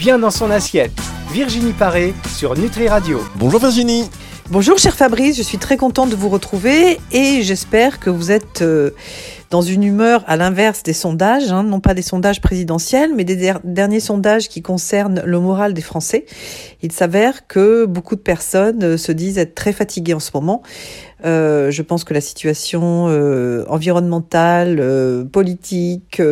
bien dans son assiette. Virginie Paré sur Nutri Radio. Bonjour Virginie. Bonjour cher Fabrice, je suis très contente de vous retrouver et j'espère que vous êtes dans une humeur à l'inverse des sondages, non pas des sondages présidentiels, mais des derniers sondages qui concernent le moral des Français. Il s'avère que beaucoup de personnes se disent être très fatiguées en ce moment. Je pense que la situation environnementale, politique,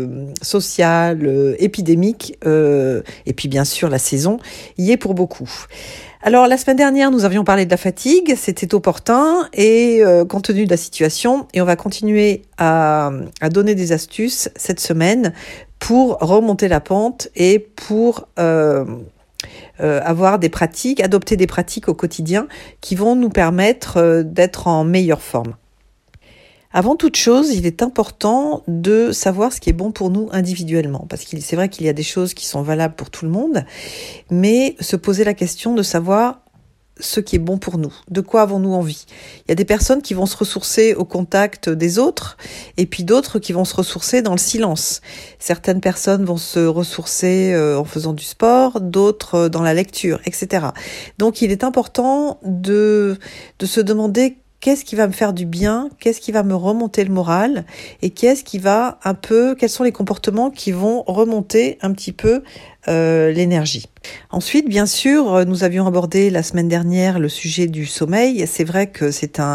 sociale, épidémique, et puis bien sûr la saison, y est pour beaucoup. Alors la semaine dernière, nous avions parlé de la fatigue, c'était opportun et compte tenu de la situation, et on va continuer à donner des astuces cette semaine pour remonter la pente et pour avoir des pratiques, adopter des pratiques au quotidien qui vont nous permettre d'être en meilleure forme. Avant toute chose, il est important de savoir ce qui est bon pour nous individuellement, parce que c'est vrai qu'il y a des choses qui sont valables pour tout le monde, mais se poser la question de savoir ce qui est bon pour nous, de quoi avons-nous envie. Il y a des personnes qui vont se ressourcer au contact des autres, et puis d'autres qui vont se ressourcer dans le silence. Certaines personnes vont se ressourcer en faisant du sport, d'autres dans la lecture, etc. Donc il est important de se demander qu'est-ce qui va me faire du bien, qu'est-ce qui va me remonter le moral et quels sont les comportements qui vont remonter un petit peu l'énergie. Ensuite, bien sûr, nous avions abordé la semaine dernière le sujet du sommeil. C'est vrai que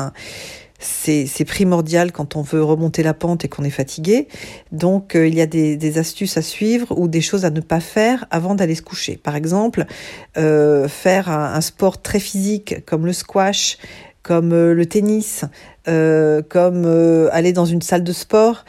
c'est primordial quand on veut remonter la pente et qu'on est fatigué. Donc, il y a des astuces à suivre ou des choses à ne pas faire avant d'aller se coucher. Par exemple, faire un sport très physique comme le squash, comme le tennis, comme aller dans une salle de sport,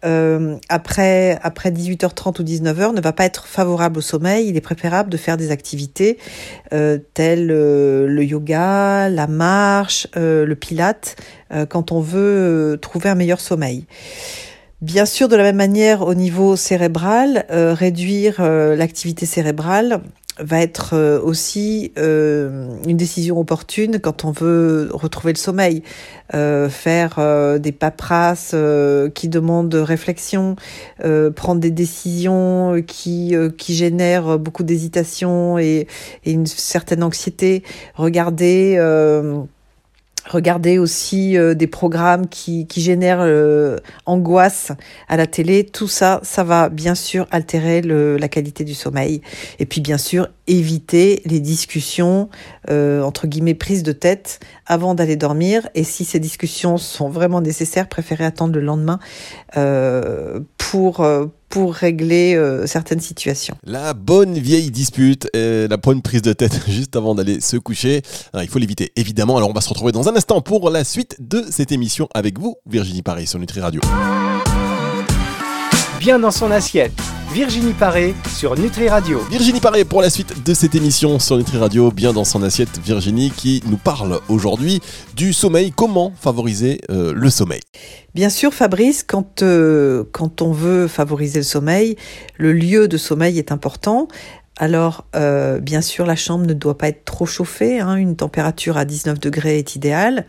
après 18h30 ou 19h ne va pas être favorable au sommeil. Il est préférable de faire des activités telles le yoga, la marche, le pilate, quand on veut trouver un meilleur sommeil. Bien sûr, de la même manière, au niveau cérébral, réduire l'activité cérébrale va être aussi une décision opportune quand on veut retrouver le sommeil. Faire des paperasses qui demandent réflexion, prendre des décisions qui génèrent beaucoup d'hésitation et une certaine anxiété. Regarder aussi des programmes qui génèrent angoisse à la télé, tout ça va bien sûr altérer la qualité du sommeil. Et puis bien sûr, éviter les discussions, entre guillemets, prises de tête avant d'aller dormir. Et si ces discussions sont vraiment nécessaires, préférez attendre le lendemain pour régler certaines situations. La bonne vieille dispute, la bonne prise de tête juste avant d'aller se coucher. Alors, il faut l'éviter, évidemment. Alors, on va se retrouver dans un instant pour la suite de cette émission avec vous, Virginie Paré, sur Nutri Radio. Bien dans son assiette. Virginie Paré sur Nutri Radio. Virginie Paré pour la suite de cette émission sur Nutri Radio, bien dans son assiette. Virginie qui nous parle aujourd'hui du sommeil. Comment favoriser le sommeil ? Bien sûr, Fabrice, quand on veut favoriser le sommeil, le lieu de sommeil est important. Alors, bien sûr, la chambre ne doit pas être trop chauffée, une température à 19 degrés est idéale.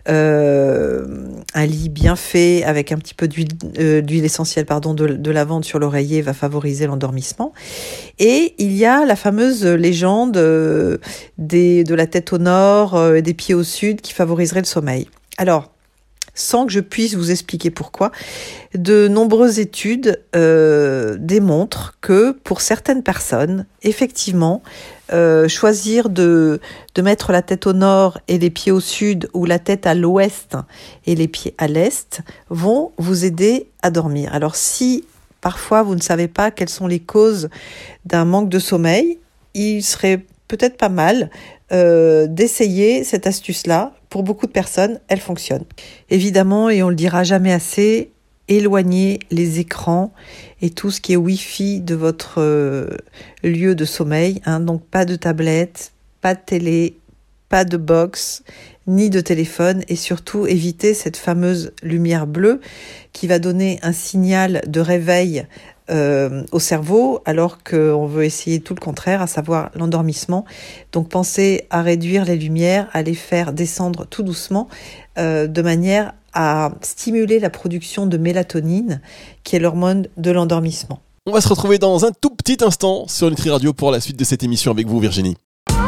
Un lit bien fait avec un petit peu d'huile essentielle de lavande sur l'oreiller va favoriser l'endormissement. Et il y a la fameuse légende de la tête au nord et des pieds au sud qui favoriserait le sommeil. Alors, sans que je puisse vous expliquer pourquoi, de nombreuses études démontrent que pour certaines personnes, effectivement, choisir de mettre la tête au nord et les pieds au sud ou la tête à l'ouest et les pieds à l'est vont vous aider à dormir. Alors si parfois vous ne savez pas quelles sont les causes d'un manque de sommeil, il serait peut-être pas mal d'essayer cette astuce-là. Pour beaucoup de personnes, elle fonctionne. Évidemment, et on le dira jamais assez, éloignez les écrans et tout ce qui est Wi-Fi de votre lieu de sommeil. Donc pas de tablette, pas de télé, pas de box, ni de téléphone. Et surtout, évitez cette fameuse lumière bleue qui va donner un signal de réveil au cerveau, alors qu'on veut essayer tout le contraire, à savoir l'endormissement. Donc pensez à réduire les lumières, à les faire descendre tout doucement, de manière à stimuler la production de mélatonine, qui est l'hormone de l'endormissement. On va se retrouver dans un tout petit instant sur Nutri Radio pour la suite de cette émission avec vous, Virginie.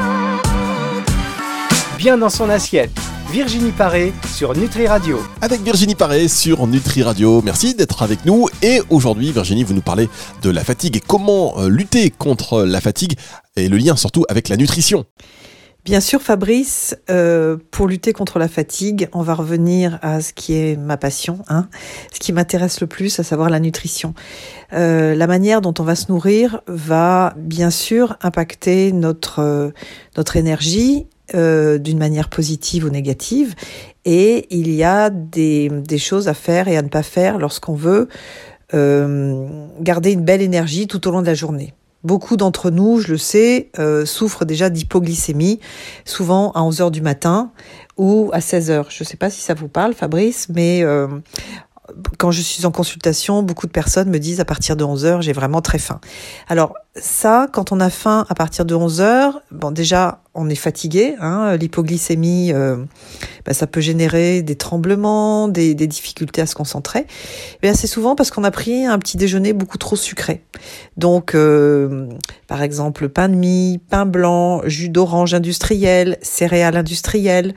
Bien dans son assiette. Virginie Paré sur Nutri Radio. Avec Virginie Paré sur Nutri Radio. Merci d'être avec nous. Et aujourd'hui, Virginie, vous nous parlez de la fatigue et comment lutter contre la fatigue et le lien surtout avec la nutrition. Bien sûr, Fabrice, pour lutter contre la fatigue, on va revenir à ce qui est ma passion, ce qui m'intéresse le plus, à savoir la nutrition. La manière dont on va se nourrir va bien sûr impacter notre énergie, d'une manière positive ou négative, et il y a des choses à faire et à ne pas faire lorsqu'on veut garder une belle énergie tout au long de la journée. Beaucoup d'entre nous, je le sais, souffrent déjà d'hypoglycémie, souvent à 11h du matin ou à 16h. Je ne sais pas si ça vous parle, Fabrice, mais quand je suis en consultation, beaucoup de personnes me disent à partir de 11h, j'ai vraiment très faim. Alors ça, quand on a faim à partir de 11h, bon déjà, on est fatigué. L'hypoglycémie, ça peut générer des tremblements, des difficultés à se concentrer. Mais assez souvent parce qu'on a pris un petit déjeuner beaucoup trop sucré. Donc, par exemple, pain de mie, pain blanc, jus d'orange industriel, céréales industrielles,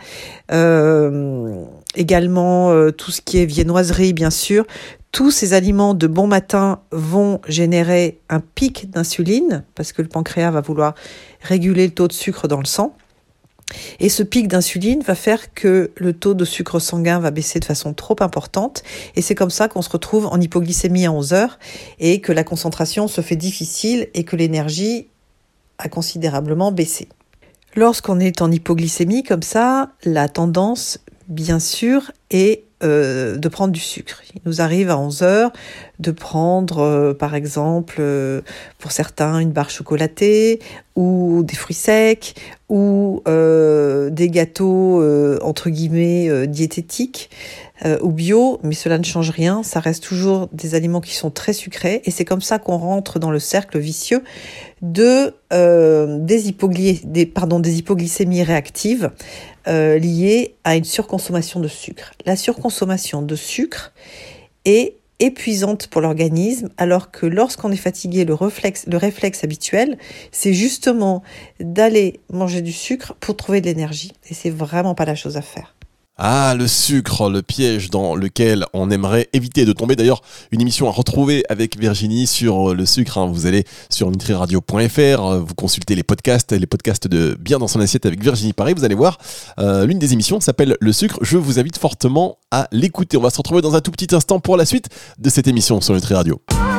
également tout ce qui est viennoiserie, bien sûr. Tous ces aliments de bon matin vont générer un pic d'insuline parce que le pancréas va vouloir réguler le taux de sucre dans le sang. Et ce pic d'insuline va faire que le taux de sucre sanguin va baisser de façon trop importante. Et c'est comme ça qu'on se retrouve en hypoglycémie à 11h et que la concentration se fait difficile et que l'énergie a considérablement baissé. Lorsqu'on est en hypoglycémie comme ça, la tendance, bien sûr, est de prendre du sucre. Il nous arrive à 11h de prendre, par exemple, pour certains, une barre chocolatée ou des fruits secs ou des gâteaux, entre guillemets, diététiques ou bio, mais cela ne change rien. Ça reste toujours des aliments qui sont très sucrés et c'est comme ça qu'on rentre dans le cercle vicieux des hypoglycémies réactives liées à une surconsommation de sucre. La surconsommation de sucre est épuisante pour l'organisme, alors que lorsqu'on est fatigué, le réflexe habituel, c'est justement d'aller manger du sucre pour trouver de l'énergie. Et c'est vraiment pas la chose à faire. Ah, le sucre, le piège dans lequel on aimerait éviter de tomber. D'ailleurs, une émission à retrouver avec Virginie sur le sucre. Vous allez sur nutriradio.fr, vous consultez les podcasts de Bien dans son assiette avec Virginie Paré. Vous allez voir, l'une des émissions s'appelle Le sucre. Je vous invite fortement à l'écouter. On va se retrouver dans un tout petit instant pour la suite de cette émission sur Nutri Radio.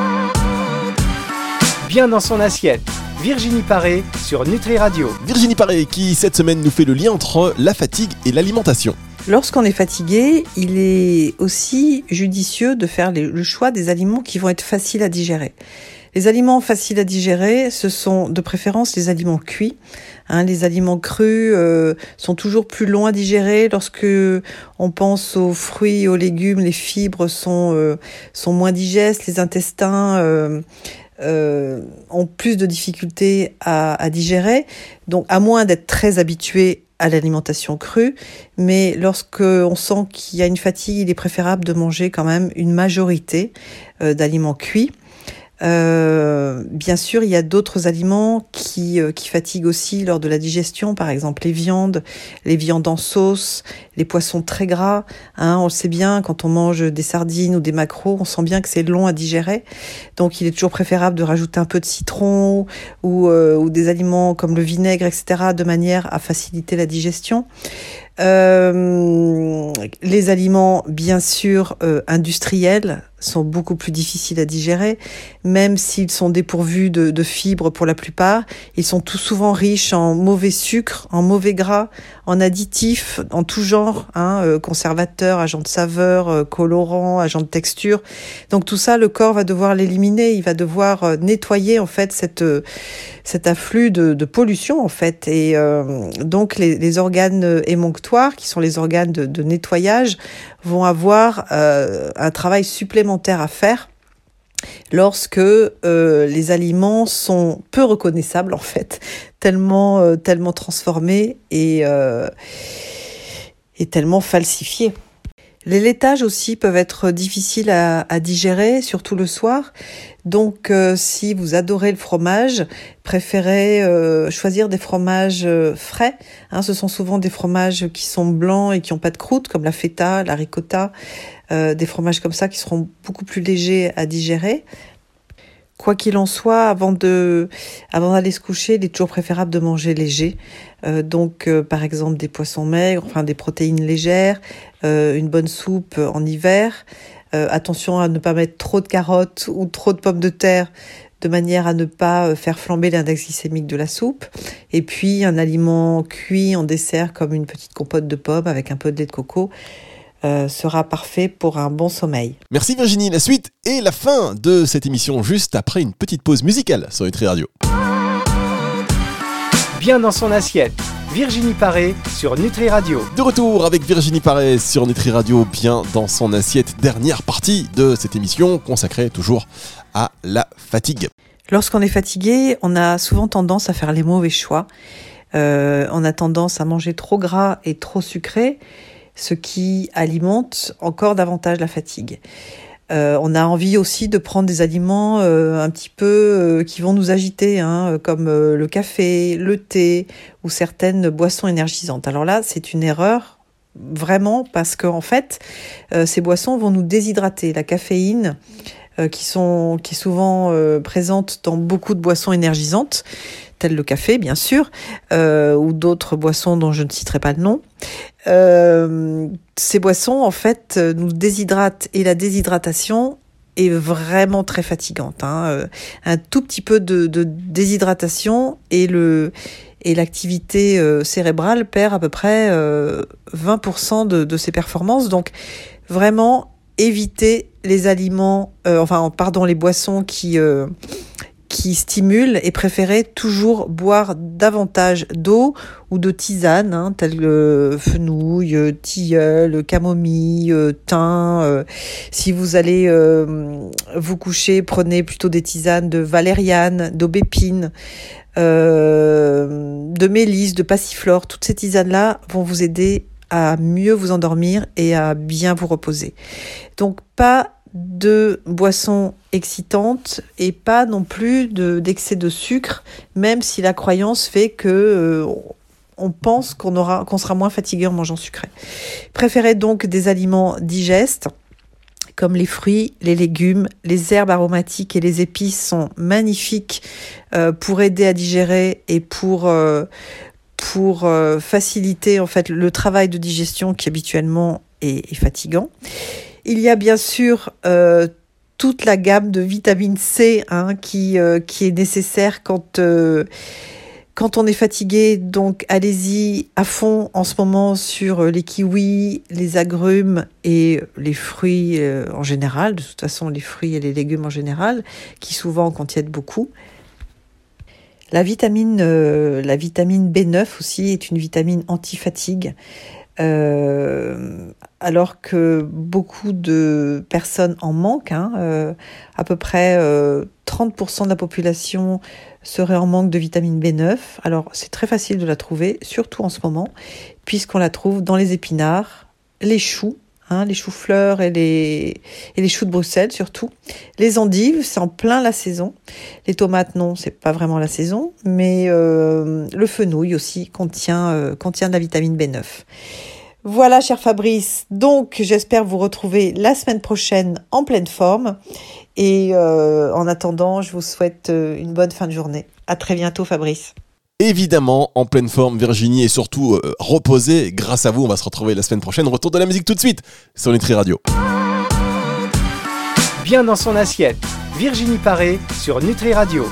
Bien dans son assiette. Virginie Paré sur Nutri Radio. Virginie Paré qui, cette semaine, nous fait le lien entre la fatigue et l'alimentation. Lorsqu'on est fatigué, il est aussi judicieux de faire le choix des aliments qui vont être faciles à digérer. Les aliments faciles à digérer, ce sont de préférence les aliments cuits. Les aliments crus sont toujours plus longs à digérer. Lorsque on pense aux fruits et aux légumes, les fibres sont moins digestes, les intestins ont plus de difficultés à digérer. Donc, à moins d'être très habitué à l'alimentation crue, mais lorsque on sent qu'il y a une fatigue, il est préférable de manger quand même une majorité d'aliments cuits. Bien sûr, il y a d'autres aliments qui fatiguent aussi lors de la digestion, par exemple les viandes en sauce, les poissons très gras. On le sait bien, quand on mange des sardines ou des maquereaux, on sent bien que c'est long à digérer. Donc, il est toujours préférable de rajouter un peu de citron ou des aliments comme le vinaigre, etc., de manière à faciliter la digestion. Les aliments, bien sûr, industriels sont beaucoup plus difficiles à digérer, même s'ils sont dépourvus de fibres pour la plupart. Ils sont tout souvent riches en mauvais sucre, en mauvais gras, en additifs, en tout genre, conservateurs, agents de saveur, colorants, agents de texture. Donc tout ça, le corps va devoir l'éliminer. Il va devoir nettoyer en fait cet afflux de pollution en fait. Et donc les organes émonctoires, qui sont les organes de nettoyage, vont avoir un travail supplémentaire à faire lorsque les aliments sont peu reconnaissables en fait, tellement transformés et tellement falsifiés. Les laitages aussi peuvent être difficiles à digérer, surtout le soir. Donc, si vous adorez le fromage, préférez choisir des fromages frais. Ce sont souvent des fromages qui sont blancs et qui n'ont pas de croûte, comme la feta, la ricotta, des fromages comme ça qui seront beaucoup plus légers à digérer. Quoi qu'il en soit, avant d'aller se coucher, il est toujours préférable de manger léger. Par exemple, des poissons maigres, des protéines légères, une bonne soupe en hiver. Attention à ne pas mettre trop de carottes ou trop de pommes de terre, de manière à ne pas faire flamber l'index glycémique de la soupe. Et puis, un aliment cuit en dessert, comme une petite compote de pommes avec un peu de lait de coco, sera parfait pour un bon sommeil. Merci Virginie, la suite et la fin de cette émission juste après une petite pause musicale sur Nutri Radio. Bien dans son assiette, Virginie Paré sur Nutri Radio. De retour avec Virginie Paré sur Nutri Radio, bien dans son assiette, dernière partie de cette émission consacrée toujours à la fatigue. Lorsqu'on est fatigué, on a souvent tendance à faire les mauvais choix. On a tendance à manger trop gras et trop sucré, ce qui alimente encore davantage la fatigue. On a envie aussi de prendre des aliments un petit peu qui vont nous agiter, comme le café, le thé ou certaines boissons énergisantes. Alors là, c'est une erreur, vraiment, parce qu'en fait, ces boissons vont nous déshydrater. La caféine, qui est souvent présente dans beaucoup de boissons énergisantes, telles le café, bien sûr, ou d'autres boissons dont je ne citerai pas le nom. Ces boissons, en fait, nous déshydratent et la déshydratation est vraiment très fatigante. Un tout petit peu de déshydratation et l'activité cérébrale perd à peu près 20% de ses performances. Donc, vraiment, éviter les aliments, les boissons qui stimulent et préférez toujours boire davantage d'eau ou de tisane, telles que fenouil, tilleul, camomille, thym. Si vous allez vous coucher, prenez plutôt des tisanes de valériane, d'aubépine, de mélisse, de passiflore. Toutes ces tisanes-là vont vous aider à mieux vous endormir et à bien vous reposer. Donc, pas de boissons excitantes et pas non plus d'excès de sucre, même si la croyance fait que on pense qu'on sera moins fatigué en mangeant sucré. Préférez donc des aliments digestes, comme les fruits, les légumes, les herbes aromatiques et les épices sont magnifiques pour aider à digérer et pour faciliter en fait le travail de digestion qui habituellement est fatigant. Il y a bien sûr toute la gamme de vitamine C qui est nécessaire quand on est fatigué. Donc allez-y à fond en ce moment sur les kiwis, les agrumes et les fruits en général. De toute façon, les fruits et les légumes en général, qui souvent contiennent beaucoup. La vitamine B9 aussi est une vitamine anti-fatigue. Alors que beaucoup de personnes en manquent, à peu près 30% de la population serait en manque de vitamine B9. Alors c'est très facile de la trouver, surtout en ce moment, puisqu'on la trouve dans les épinards, les choux, les choux-fleurs et les choux de Bruxelles surtout. Les endives, c'est en plein la saison. Les tomates, non, c'est pas vraiment la saison, mais le fenouil aussi contient de la vitamine B9. Voilà, cher Fabrice. Donc, j'espère vous retrouver la semaine prochaine en pleine forme. Et en attendant, je vous souhaite une bonne fin de journée. À très bientôt, Fabrice. Évidemment, en pleine forme, Virginie, et surtout reposée. Grâce à vous, on va se retrouver la semaine prochaine. Retour de la musique tout de suite sur Nutri Radio. Bien dans son assiette, Virginie Paré sur Nutri Radio.